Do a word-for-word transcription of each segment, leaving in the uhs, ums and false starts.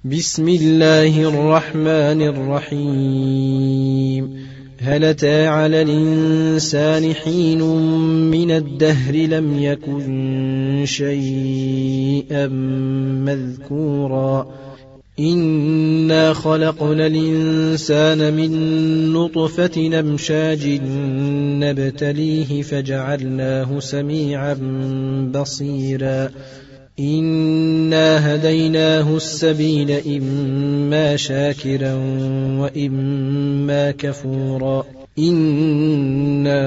بسم الله الرحمن الرحيم. هل أتى على الإنسان حين من الدهر لم يكن شيئا مذكورا إنا خلقنا الإنسان من نطفة نمشاج نبتليه فجعلناه سميعا بصيرا إنا هديناه السبيل إما شاكرا وإما كفورا إنا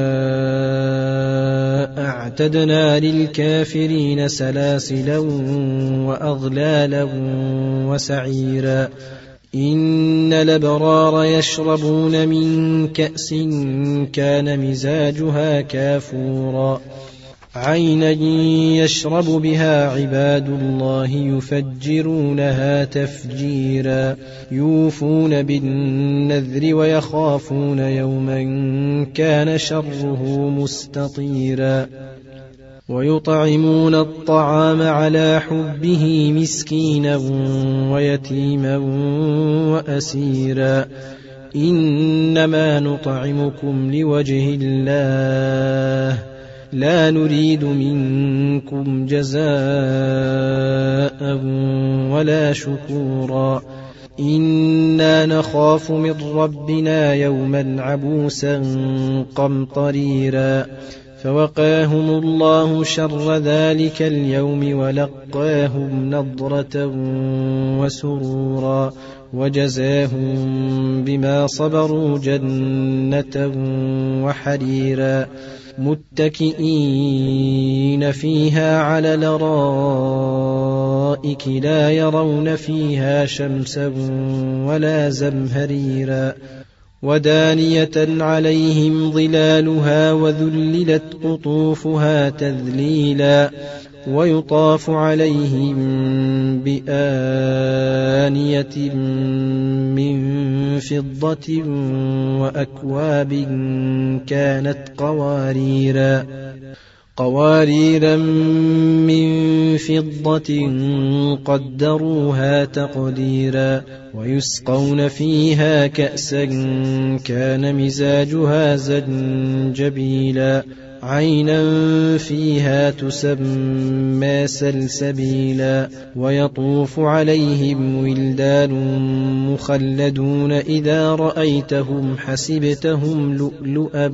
أعتدنا للكافرين سلاسلا وأغلالا وسعيرا إن الأبرار يشربون من كأس كان مزاجها كافورا عينا يشرب بها عباد الله يفجرونها تفجيرا يوفون بالنذر ويخافون يوما كان شره مستطيرا ويطعمون الطعام على حبه مسكينا ويتيما وأسيرا إنما نطعمكم لوجه الله لا نريد منكم جزاء ولا شكورا إنا نخاف من ربنا يوما عبوسا قمطريرا فوقاهم الله شر ذلك اليوم ولقاهم نضرة وسرورا وجزاهم بما صبروا جنة وحريرا متكئين فيها على الأرائك لا يرون فيها شمسا ولا زمهريرا ودانية عليهم ظلالها وذللت قطوفها تذليلا ويطاف عليهم بآنية من فضة وأكواب كانت قواريرا قواريرا من فضة قدروها تقديرا ويسقون فيها كأسا كان مزاجها زنجبيلا عينا فيها تسمى سلسبيلا ويطوف عليهم ولدان مخلدون إذا رأيتهم حسبتهم لؤلؤا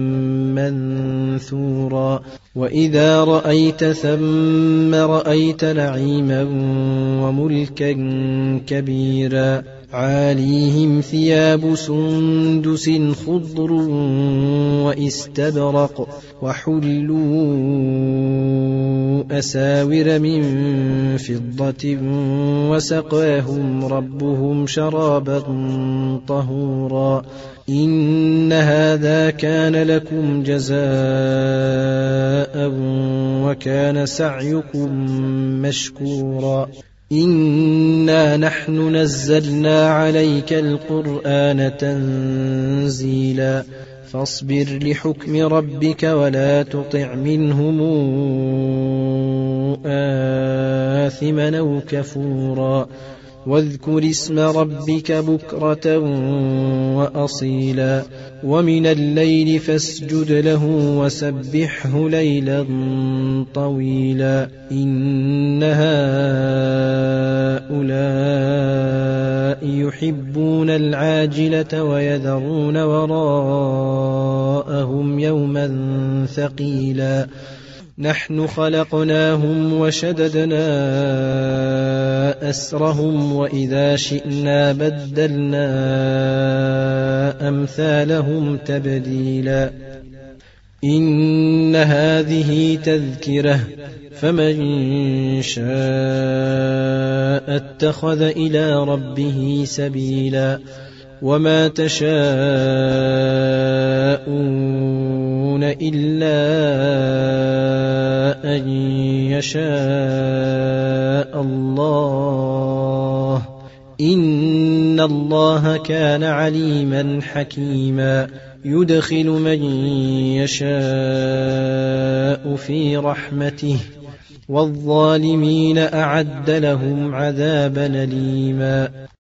منثورا وإذا رأيت ثم رأيت نعيما وملكا كبيرا عاليهم ثياب سندس خضر وإستبرق وحلوا أساور من فضة وسقاهم ربهم شرابا طهورا إن هذا كان لكم جزاء وكان سعيكم مشكورا إنا نحن نزلنا عليك القرآن تنزيلا فاصبر لحكم ربك ولا تطع منهم آثما أو كفورا واذكر اسم ربك بكرة وأصيلا ومن الليل فاسجد له وسبحه ليلا طويلا إن هؤلاء يحبون العاجلة ويذرون وراءهم يوما ثقيلا نحن خلقناهم وشددنا أسرهم وإذا شئنا بدلنا أمثالهم تبديلا إن هذه تذكرة فمن شاء اتخذ إلى ربه سبيلا وما تشاءون إلا أن يشاء الله إن الله كان عليما حكيما يدخل من يشاء في رحمته والظالمين أعد لهم عذابا أليما.